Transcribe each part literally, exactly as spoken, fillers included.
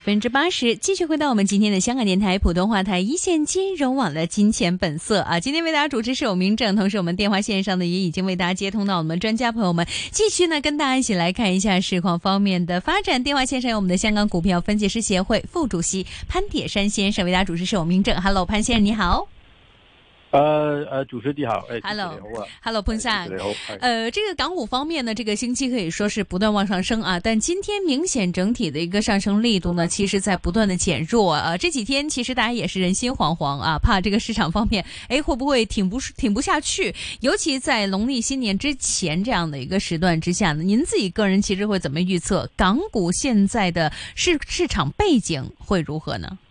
百分之八十，继续回到我们今天的香港电台普通话台一线金融网的金钱本色啊！今天为大家主持是有明正，同时我们电话线上的也已经为大家接通到我们专家朋友们，继续呢跟大家一起来看一下市况方面的发展。电话线上有我们的香港股票分析师协会副主席潘铁珊先生为大家主持是有明正。Hello， 潘先生你好。 呃呃，主持人你好，哎 ，Hello， 你好啊 ，Hello， 彭生， 你好， 呃，这个港股方面呢，这个星期可以说是不断往上升啊，但今天明显整体的一个上升力度呢，其实在不断的减弱啊。这几天其实大家也是人心惶惶啊，怕这个市场方面，哎，会不会挺不挺不下去？尤其在农历新年之前这样的一个时段之下呢，您自己个人其实会怎么预测港股现在的市市场背景会如何呢？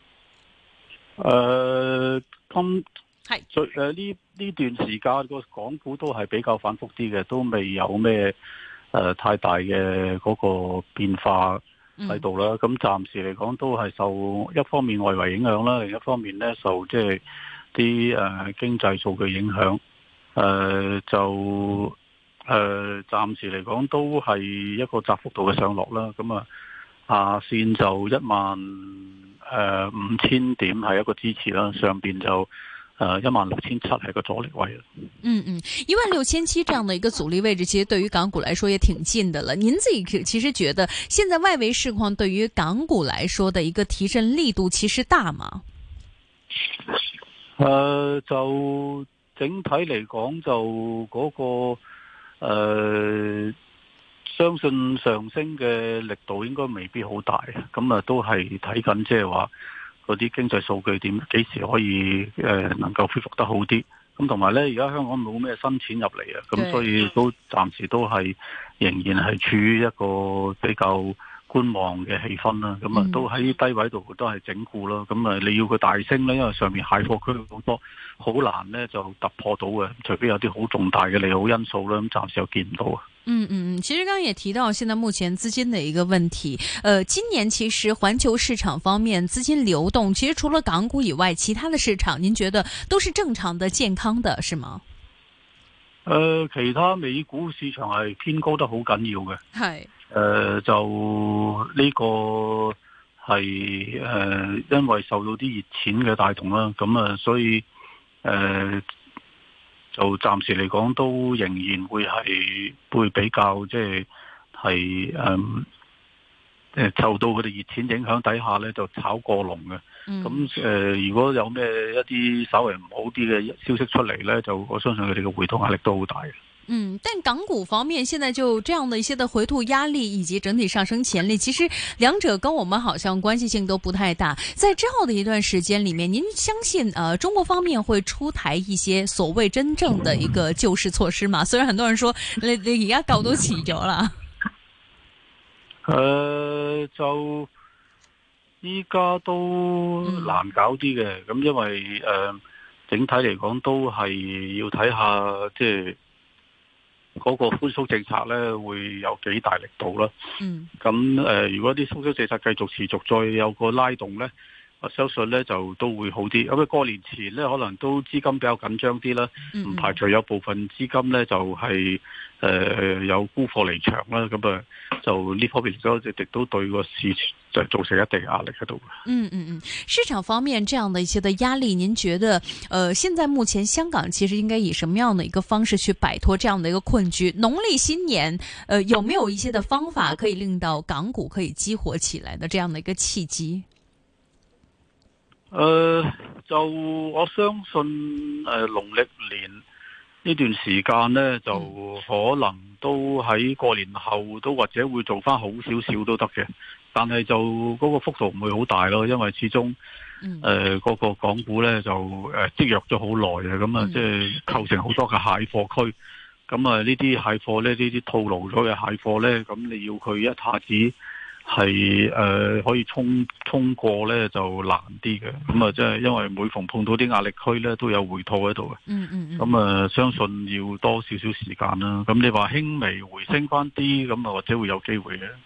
呃，今係最誒呢呢段時間個港股都係比較反覆啲嘅，都未有咩誒、呃、太大嘅嗰個變化喺度啦。咁、嗯、暫時嚟講都係受一方面外圍影響啦，另一方面咧受即係啲誒經濟數據影響。誒、呃、就誒、呃、暫時嚟講都係一個窄幅度嘅上落啦。咁啊下線就一萬誒五千點係一個支持啦，上邊就呃，一萬六千七係個阻力位。 嗯嗯，一萬六千七這樣的一個阻力位置，其實對於港股來說也挺近的了。您自己其實覺得，現在外圍市況對於港股來說的一個提振力度其實大嗎？ 呃，就整體嚟講，就嗰、那個呃，相信上升嘅力度應該未必好大。咁啊，都係睇緊即係話嗰啲經濟數據點幾時可以誒、呃、能夠恢復得好啲？咁同埋咧，而家香港冇咩新錢入嚟啊，咁所以都暫時都係仍然係處於一個比較觀望嘅氣氛啦。咁啊，都喺低位度都係整固啦。咁啊，你要佢大升咧，因為上面蟹貨區好多，好難咧就突破到嘅，除非有啲好重大嘅利好因素啦。咁暫時又見唔到啊。 嗯嗯，其實剛剛也提到，現在目前資金的一個問題。呃，今年其實環球市場方面資金流動，其實除了港股以外，其他的市場，您覺得都是正常的、健康的，是嗎？ 呃，其他美股市場係偏高得好緊要嘅。 係。 呃，就呢個係呃，因為受到啲熱錢嘅帶動啦，咁啊，所以呃。就暫時嚟講都仍然會係會比較即係係誒誒受到佢哋熱錢影響底下咧，就炒過龍嘅。咁、嗯、誒、呃，如果有咩一啲稍微唔好啲嘅消息出嚟咧，就我相信佢哋嘅回吐壓力都好大嘅。 嗯，但港股方面現在就這樣的一些的回吐壓力以及整體上升潛力，其實兩者跟我們好像關係性都不太大。在之後的一段時間裏面，您相信呃中國方面會出台一些所謂真正的一個救市措施嗎？雖然很多人說你你而家救都遲咗啦。 誒，就依家都難搞啲嘅，咁、嗯、因為誒、呃、整體嚟講都係要睇下即係。嗰、那個寬鬆政策咧會有幾大力度啦。嗯。咁誒、呃，如果啲寬鬆政策繼續持續，再有個拉動咧，我相信咧就都會好啲。咁啊，過年前咧可能都資金比較緊張啲啦，唔、嗯、排除有部分資金咧就係、是、誒、呃、有沽貨離場啦。咁啊，就呢方面亦都亦都對個市就造成一定壓力喺度。 嗯嗯嗯，市場方面這樣的一些的壓力，您覺得，呃，現在目前香港其實應該以什麼樣的一個方式去擺脫這樣的一個困局？農曆新年，呃，有沒有一些的方法可以令到港股可以激活起來的這樣的一個契機？ 呃，就我相信，誒、呃，農曆年呢段時間呢，就可能都喺過年後都或者會做翻好少少都得嘅。但係就嗰個幅度唔會好大咯，因為始終誒嗰、嗯呃嗰個港股咧就誒積弱咗好耐啊，咁啊即係構成好多嘅蟹貨區，咁啊呢啲蟹貨咧，呢啲套牢咗嘅蟹貨咧，咁你要佢一下子係誒、呃、可以衝衝過咧就難啲嘅，咁啊即係因為每逢碰到啲壓力區咧都有回吐喺度嘅，嗯嗯咁啊相信要多少少時間啦。咁你話輕微回升翻啲，咁啊或者會有機會嘅。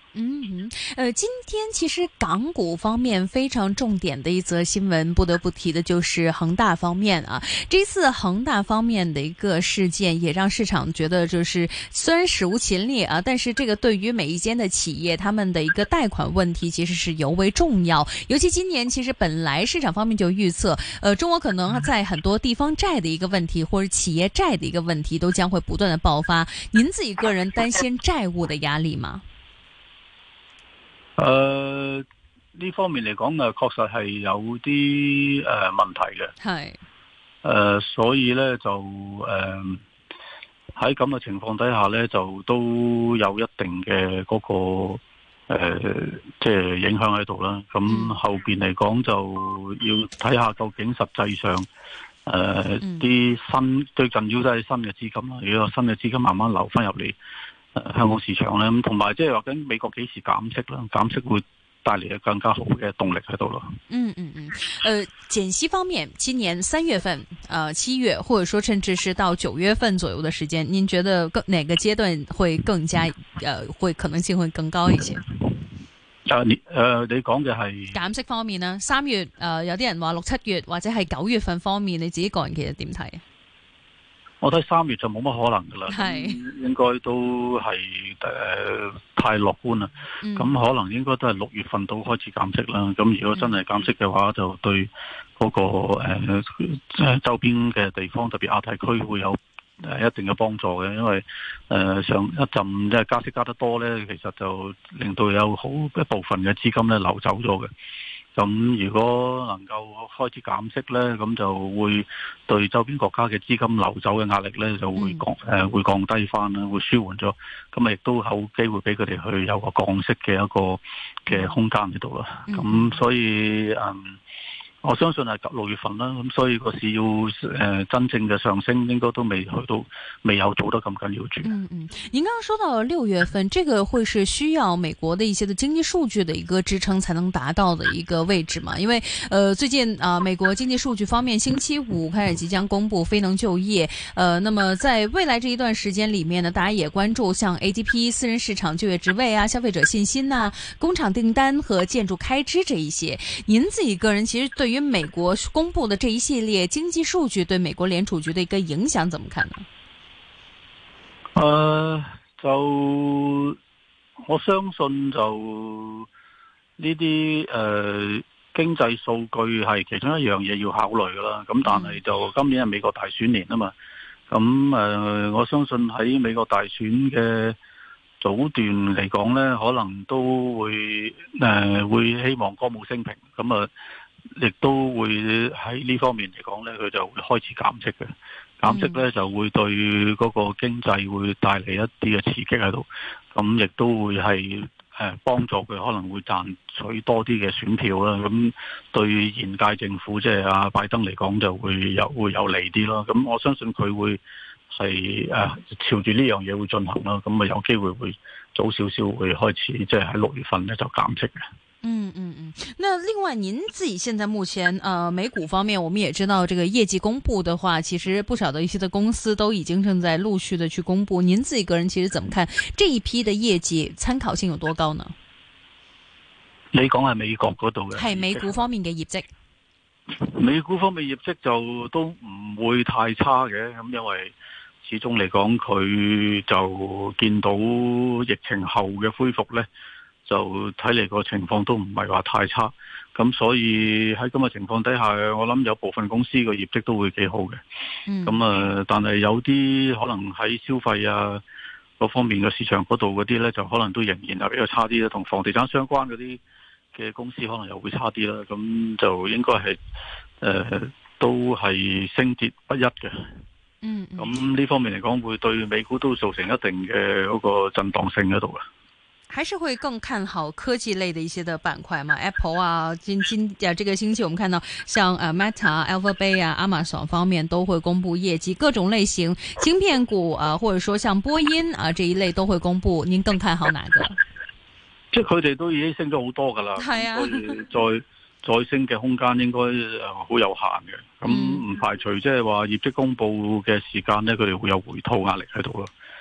嗯嗯，呃，今天其实港股方面非常重点的一则新闻，不得不提的就是恒大方面啊。这次恒大方面的一个事件，也让市场觉得就是虽然史无前例啊，但是这个对于每一间的企业，他们的一个贷款问题其实是尤为重要。尤其今年，其实本来市场方面就预测，呃，中国可能在很多地方债的一个问题，或者企业债的一个问题，都将会不断的爆发。您自己个人担心债务的压力吗？ 誒、呃、呢方面嚟講啊，確實係有啲誒、呃、問題嘅。 係。 誒、呃，所以咧就誒喺咁嘅情況底下咧，就都有一定嘅嗰、那個誒即係影響喺度啦。咁後邊嚟講就要睇下究竟實際上誒啲、呃、新最緊要都係新嘅資金啦。如果新嘅資金慢慢流翻入嚟。誒香港市場咧，咁同埋即係話緊美國幾時減息啦？減息會帶嚟更加好嘅動力喺度咯。 嗯嗯嗯，呃，減息方面，今年三月份、呃七月，或者說甚至是到九月份左右的時間，您覺得更哪個階段會更加，呃，會可能性會更高一些？ 啊，你誒、呃、你講嘅係減息方面呢？三月，誒、呃、有啲人話六七月或者係九月份方面，你自己個人其實點睇？ 我睇三月就冇乜可能噶啦， 係應該都係誒、呃、太樂觀啦。咁、嗯、可能應該都係六月份到開始減息啦。咁如果真係減息嘅話，就對嗰、那個誒、呃、周邊嘅地方，特別亞太區會有誒一定嘅幫助嘅。因為誒、呃、上一陣即係加息加得多咧，其實就令到有好一部分嘅資金咧流走咗嘅。咁如果能夠開始減息咧，咁就會對周邊國家嘅資金流走嘅壓力咧就會降誒、嗯呃、會降低翻啦，會舒緩咗。咁啊亦都有機會俾佢哋去有個降息嘅一個嘅空間喺度啦。咁、嗯、所以嗯。我相信係六月份啦，咁所以個市要誒、呃、真正嘅上升，應該都未去到，未有做得咁緊要住。 嗯嗯，您剛剛說到六月份，這個會是需要美國的一些的經濟數據的一個支撐才能達到的一個位置嘛？因為呃最近啊、呃，美國經濟數據方面，星期五開始即將公布非農就業，呃，那麼在未來這一段時間裏面呢，大家也關注像 A D P 私人市場就業職位啊、消費者信心呐、工廠訂單和建築開支這一些。您自己個人其實對於美國公布的這一系列經濟數據對美國聯儲局的一個影響怎麼看呢？ 誒、呃，就我相信就呢啲誒經濟數據係其中一樣嘢要考慮噶啦。咁但係就今年係美國大選年啊嘛，咁誒、呃、我相信喺美國大選嘅早段嚟講呢，可能都會誒、呃、會希望歌舞升平，咁啊。亦都會喺呢方面嚟講呢，佢就會開始減息嘅。減息呢就會對嗰個經濟會帶嚟一啲嘅刺激喺度，咁亦都會係誒幫助佢可能會賺取多啲嘅選票啦。咁對現屆政府即係阿拜登嚟講就會有會有利啲咯。咁我相信佢會係誒、啊、朝住呢樣嘢會進行啦。咁啊有機會會早少少會開始，即係喺六月份呢就減息嘅。 嗯嗯嗯，那另外您自己現在目前，呃，美股方面，我們也知道這個業績公布的話，其實不少的一些的公司都已經正在陸續的去公布。您自己個人其實怎麼看這一批的業績參考性有多高呢？ 你講係美國嗰度嘅， 係美股方面嘅業績。 美股方面業績就都唔會太差嘅，咁因為始終嚟講佢就見到疫情後嘅恢復呢。就睇嚟個情況都唔係話太差，咁所以喺咁嘅情況底下，我諗有部分公司個業績都會幾好嘅。咁、嗯、啊，但係有啲可能喺消費啊嗰方面嘅市場嗰度嗰啲呢，就可能都仍然係比較差啲啦。同房地產相關嗰啲嘅公司可能又會差啲啦。咁就應該係誒、呃、都係升跌不一嘅。 嗯， 咁呢方面嚟講，會對美股都造成一定嘅嗰個震盪性喺度嘅。 還是會更看好科技類的一些的板塊嘛 ？Apple 啊，今今啊，這個星期我們看到像呃 Meta、Alphabet 啊、Amazon 方面都會公布業績，各種類型芯片股啊，或者說像波音啊這一類都會公布。您更看好哪個？ 即係佢哋都已經升咗好多噶啦，係啊，所以再再升嘅空間應該誒好有限嘅。咁唔排除即係話業績公布嘅時間呢，佢哋會有回吐壓力喺度咯。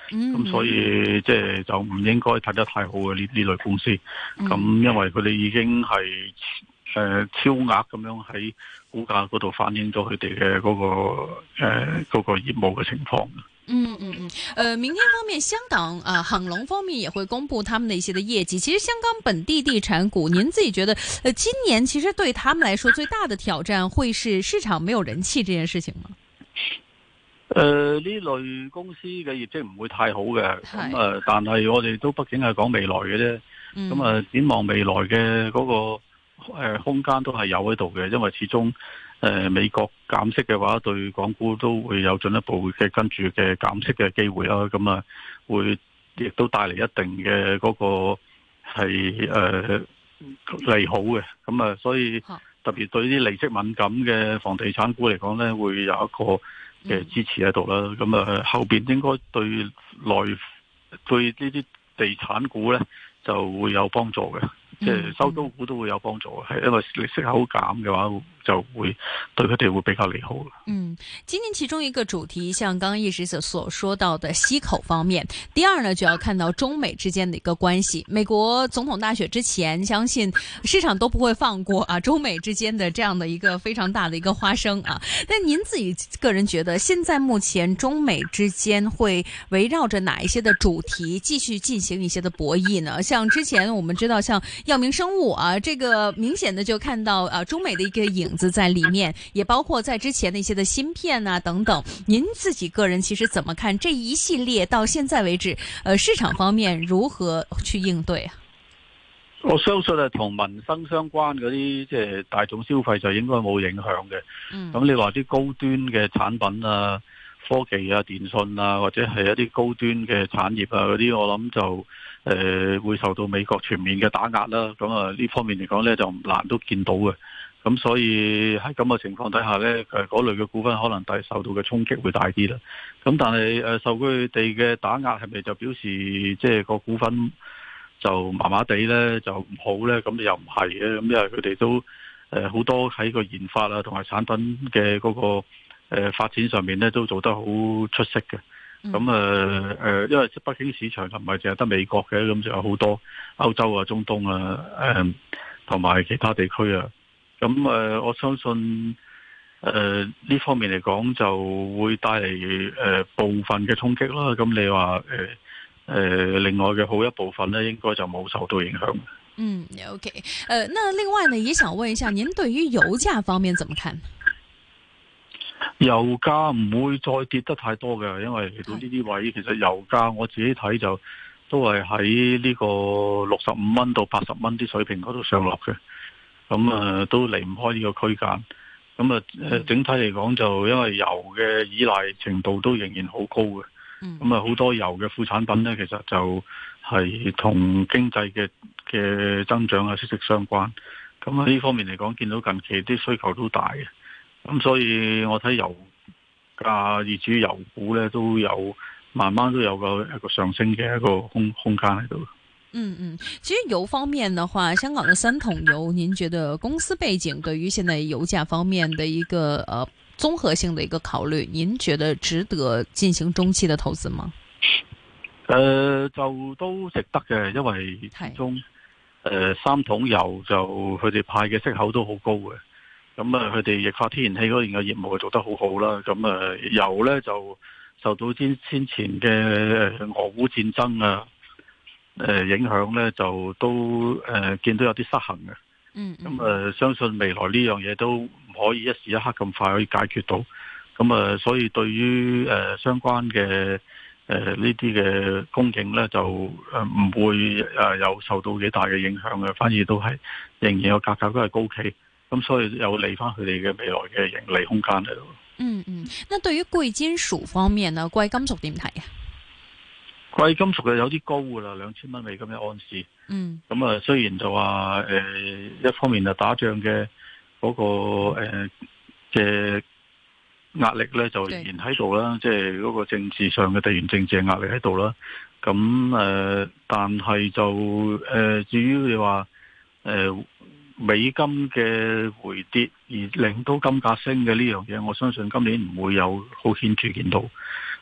咁、嗯、所以即係就唔應該睇得太好嘅呢呢類公司。咁、嗯、因為佢哋已經係誒、呃、超額咁樣喺股價嗰度反映咗佢哋嘅嗰個誒嗰、呃那個業務嘅情況。 嗯嗯嗯，呃，明天方面，香港啊、呃，恒隆方面也會公布他們的一些的業績。其實香港本地地產股，您自己覺得，呃，今年其實對他們來說最大的挑戰會是市場沒有人氣這件事情嗎？ 誒、呃，呢類公司嘅業績唔會太好嘅，咁啊、呃，但係我哋都畢竟係講未來嘅啫，咁、嗯、啊，展望未來嘅嗰、那個誒、呃、空間都係有喺度嘅，因為始終。誒、呃，美國減息嘅話，對港股都會有進一步嘅跟住嘅減息嘅機會啦。咁啊，會亦都帶嚟一定嘅嗰個係誒、呃、利好嘅。咁啊，所以特別對啲利息敏感嘅房地產股嚟講呢，會有一個嘅支持喺度啦。咁啊，後邊應該對內對呢啲地產股呢就會有幫助嘅。即係收租股都會有幫助，係因為利息口減嘅話，就會對佢哋會比較利好。 嗯，今年其中一個主題，像剛剛一直所所說到的息口方面，第二呢就要看到中美之間的一個關係。美國總統大選之前，相信市場都不會放過啊中美之間的這樣的一個非常大的一個花生啊。但您自己個人覺得，現在目前中美之間會圍繞着哪一些的主題繼續進行一些的博弈呢？像之前我們知道，像藥明生物啊，這個明顯的就看到啊中美的一個影子在裏面，也包括在之前的一些的芯片啊等等。您自己個人其實怎麼看這一系列到現在為止，呃市場方面如何去應對啊？ 我相信係同民生相關嗰啲，即係大眾消費就應該冇影響嘅。嗯，咁你話啲高端嘅產品啊、科技啊、電信啊，或者係一啲高端嘅產業啊嗰啲，我諗就。誒、呃，會受到美國全面嘅打壓啦，咁啊呢方面嚟講呢，就唔難都見到嘅，咁所以喺咁嘅情況底下呢，誒嗰類嘅股份可能係受到嘅衝擊會大啲啦。咁但係誒、呃、受佢哋嘅打壓係咪就表示即係個股份就麻麻地呢，就唔好呢？咁又唔係嘅，咁因為佢哋都誒好、呃、多喺個研發啊同埋產品嘅嗰、那個誒、呃、發展上面呢，都做得好出色嘅。咁誒誒，因為北京市場就唔係淨係得美國嘅，咁就有好多歐洲啊、中東啊、誒同埋其他地區啊。咁誒、呃，我相信誒呢、呃、方面嚟講，就會帶嚟誒、呃、部分嘅衝擊啦。咁你話誒誒，另外嘅好一部分咧，應該就冇受到影響。 嗯 ，OK，誒、呃，那另外呢，也想問一下，您對於油價方面怎麼看？ 油價唔會再跌得太多嘅，因為嚟到呢啲位，其實油價我自己睇就都係喺呢個六十五蚊到八十蚊啲水平嗰度上落嘅，咁啊都離唔開呢個區間。咁啊誒，整體嚟講就因為油嘅依賴程度都仍然好高嘅，咁啊好多油嘅副產品呢，其實就係同經濟嘅嘅增長啊息息相關。咁啊呢方面嚟講，見到近期啲需求都大嘅。咁所以我睇油價，以至於油股咧，都有慢慢都有個一個上升嘅一個空空間喺度。 嗯嗯，其實油方面的話，香港的三桶油，您覺得公司背景對於現在油價方面的一個呃綜合性的一個考慮，您覺得值得進行中期的投資嗎？ 誒、呃，就都值得嘅，因為始終誒、呃、三桶油就佢哋派嘅息口都好高嘅。咁啊，佢哋液化天然氣嗰邊嘅業務做得好好啦。咁啊，油咧就受到先先前嘅俄烏戰爭啊，誒影響咧，就都誒、呃、見到有啲失衡嘅。嗯。咁啊，相信未來呢樣嘢都唔可以一時一刻咁快可以解決到。咁啊，所以對於誒、呃、相關嘅誒呢啲嘅供應咧，就誒唔會誒有受到幾大嘅影響嘅，反而都係仍然個價格都係高企。咁所以有利翻佢哋嘅未來嘅盈利空間喺度。嗯嗯，那對於貴金屬方面呢？貴金屬點睇啊？ 貴金屬就有啲高噶啦，兩千蚊美金一盎司。嗯。咁啊，雖然就話誒、呃，一方面就打仗嘅嗰、那個誒嘅壓力咧，就仍然喺度啦，即係嗰個政治上嘅地緣政治嘅壓力喺度啦。咁誒、呃，但係就誒、呃，至於你話誒。呃美金嘅回跌而令到金價升嘅呢樣嘢，我相信今年唔會有好顯著見到。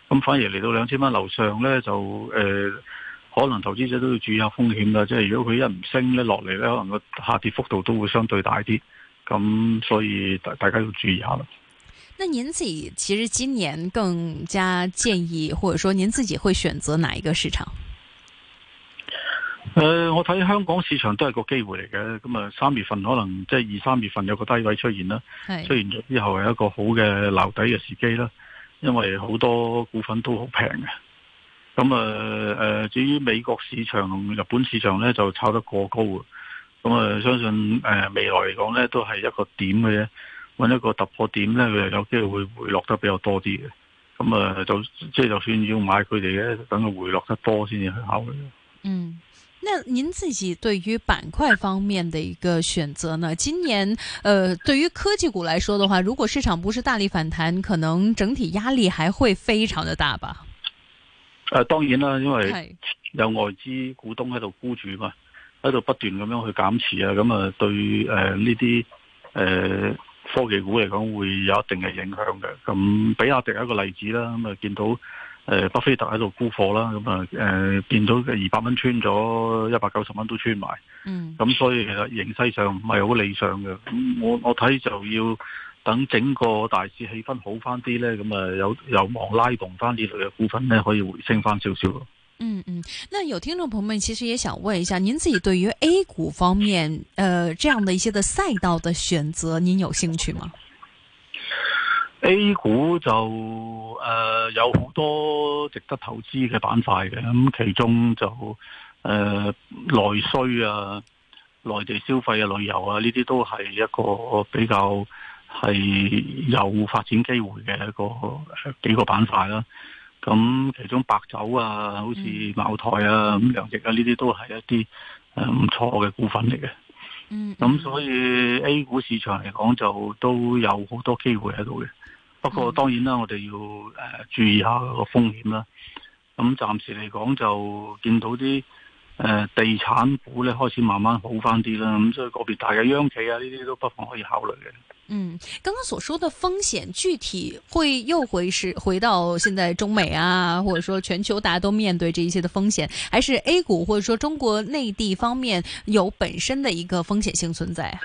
咁反而嚟到兩千蚊樓上咧，就誒、呃、可能投資者都要注意下風險啦。即係如果佢一唔升咧，落嚟咧，可能個下跌幅度都會相對大啲。咁所以大大家要注意下啦。 那您自己其實今年更加建議，或者說您自己會選擇哪一個市場？ 誒、呃，我睇香港市場都係個機會嚟嘅。咁啊，三月份可能即係二三月份有個低位出現啦，出現咗之後係一個好嘅撈底嘅時機啦。因為好多股份都好平嘅。咁啊誒，至於美國市場同日本市場咧，就炒得過高啊。咁啊，相信誒、呃、未來嚟講咧，都係一個點嘅啫。搵一個突破點咧，佢有機會會回落得比較多啲嘅。咁啊，就即係就算要買佢哋嘅，等佢回落得多先至去考慮。 嗯，那您自己對於板塊方面的一個選擇呢？今年，呃，對於科技股來說的話，如果市場不是大力反彈，可能整體壓力還會非常的大吧？ 誒、呃，當然啦，因為有外資股東喺度沽住嘛，喺度不斷咁樣去減持啊，咁啊對誒呢啲誒。呃科技股嚟講會有一定嘅影響嘅，咁比亞迪係一個例子啦，咁啊見到誒巴菲特喺度沽貨啦，咁啊誒見到嘅二百蚊穿咗一百九十蚊都穿埋，嗯，咁所以其實形勢上唔係好理想嘅，咁我我睇就要等整個大市氣氛好翻啲咧，咁啊有有望拉動翻呢類嘅股份咧可以回升翻少少咯。 嗯嗯，那有聽眾朋友們其實也想問一下，您自己對於 A 股方面，呃，這樣的一些的賽道的選擇，您有興趣嗎？ A 股就誒、呃、有好多值得投資嘅板塊嘅，咁其中就誒、呃、內需啊、內地消費啊、旅遊啊呢啲都係一個比較係有發展機會嘅一個幾個板塊啦。咁其中白酒啊，好似茅台啊、咁糧食啊，呢啲都係一啲誒唔錯嘅股份嚟嘅。嗯，咁所以 A 股市場嚟講就都有好多機會喺度嘅。不過當然啦，我哋要誒注意下個風險啦。咁暫時嚟講就見到啲誒地產股咧開始慢慢好翻啲啦。咁所以個別大嘅央企啊，呢啲都不妨可以考慮嘅。 嗯，剛剛所說的風險具體會又會是回到現在中美啊，或者說全球大家都面對這一些的風險，還是 A 股或者說中國內地方面有本身的一個風險性存在？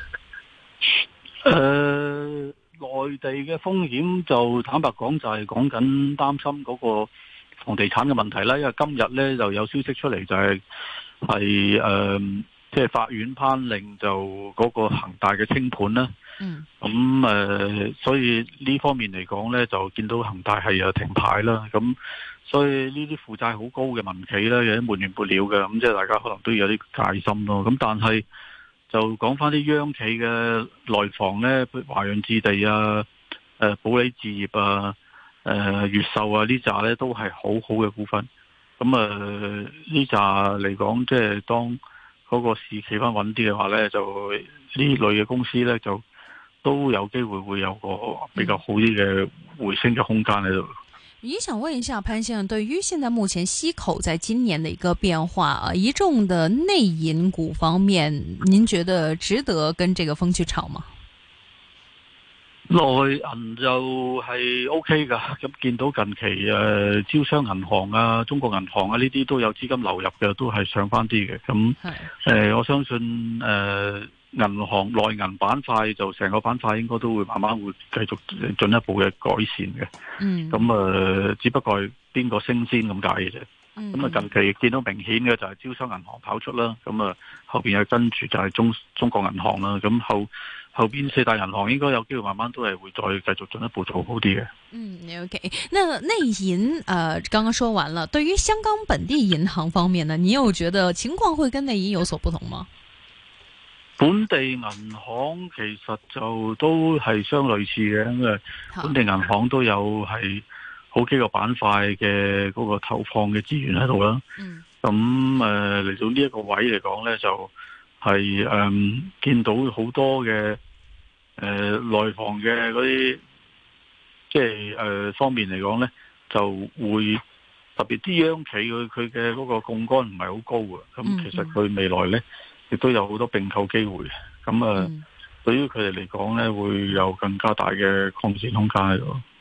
呃，內地嘅風險就坦白講就係講緊擔心嗰個房地產嘅問題啦，因為今日呢就有消息出嚟就係係誒即係法院頒令就嗰個恒大嘅清盤啦。嗯，咁誒、呃，所以呢方面嚟講呢，就見到恒大係有停牌啦。咁所以呢啲負債好高嘅民企呢，有啲沒完沒了嘅。咁即係大家可能都有啲戒心咯。咁但係就講翻啲央企嘅內房呢，譬如華潤置地啊、誒保利置業啊、誒越秀啊呢紮呢，都係好好嘅股份。咁誒呢紮嚟講，即係當嗰個市企翻穩啲嘅話呢，就呢類嘅公司呢，就都有機會會有個比較好啲嘅回升嘅空間喺度。 也想問一下潘先生，對於現在目前息口在今年的一個變化啊，一眾的內銀股方面，您覺得值得跟這個風去炒嗎？ 內銀就係 O K 噶，咁見到近期誒、呃、招商銀行啊、中國銀行啊呢啲都有資金流入嘅，都係上翻啲嘅。咁誒、呃，我相信誒。呃銀行內銀板塊就成個板塊應該都會慢慢會繼續進一步嘅改善嘅。嗯，咁啊、呃，只不過係邊個升先咁解嘅啫。咁、嗯、啊，近期見到明顯嘅就係招商銀行跑出啦。咁啊，後邊又跟住就係中中國銀行啦。咁後後邊四大銀行應該有機會慢慢都係會再繼續進一步做好啲嘅。嗯 ，OK。那內銀呃，剛剛說完了。對於香港本地銀行方面呢，你有覺得情況會跟內銀有所不同嗎？ 本地銀行其實就都係相類似嘅，因為本地銀行都有係好幾個板塊嘅嗰個投放嘅資源喺度啦。咁誒嚟到呢一個位嚟講呢，就係、是、誒、嗯、見到好多嘅誒內房嘅嗰啲，即係誒方面嚟講呢，就會特別啲央企佢佢嘅嗰個槓桿唔係好高嘅，咁其實佢未來呢，亦都有好多併購機會，咁啊，嗯、對於佢哋嚟講咧，會有更加大嘅擴展空間喺度。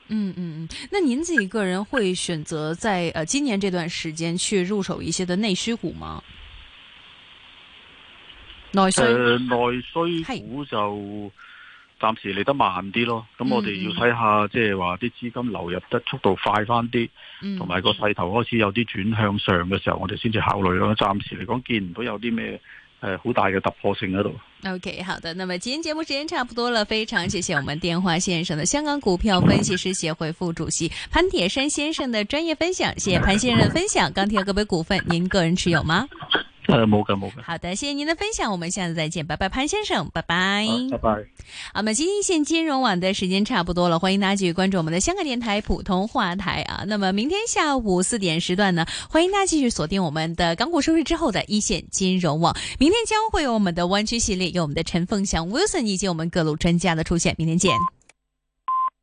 嗯嗯嗯，那您自己个人会选擇在呃今年這段時間去入手一些的內需股嗎？內需誒內需股就暫時嚟得慢啲咯，咁我哋要睇下即係話啲資金流入得速度快翻啲，同埋個勢頭開始有啲轉向上嘅時候，我哋先至考慮咯。暫時嚟講見唔到有啲咩誒好大嘅突破性喺度。 OK， 好的，那麼今天節目時間差不多了，非常謝謝我們電話線上的香港股票分析師協會副主席潘鐵珊先生的專業分享，謝謝潘先生的分享。鋼鐵個別股份，您個人持有嗎？ 呃，冇嘅冇嘅。 好的，謝謝您的分享，我們下次再見，拜拜，潘先生，拜拜。 拜拜。 好，我們今天一線金融網的時間差不多了，歡迎大家繼續關注我們的香港電台普通話台啊。那麼明天下午四點時段呢，歡迎大家繼續鎖定我們的港股收市之後的一線金融網。明天將會有我們的灣區系列，有我們的陳鳳祥 Wilson 以及我們各路專家的出現。明天見。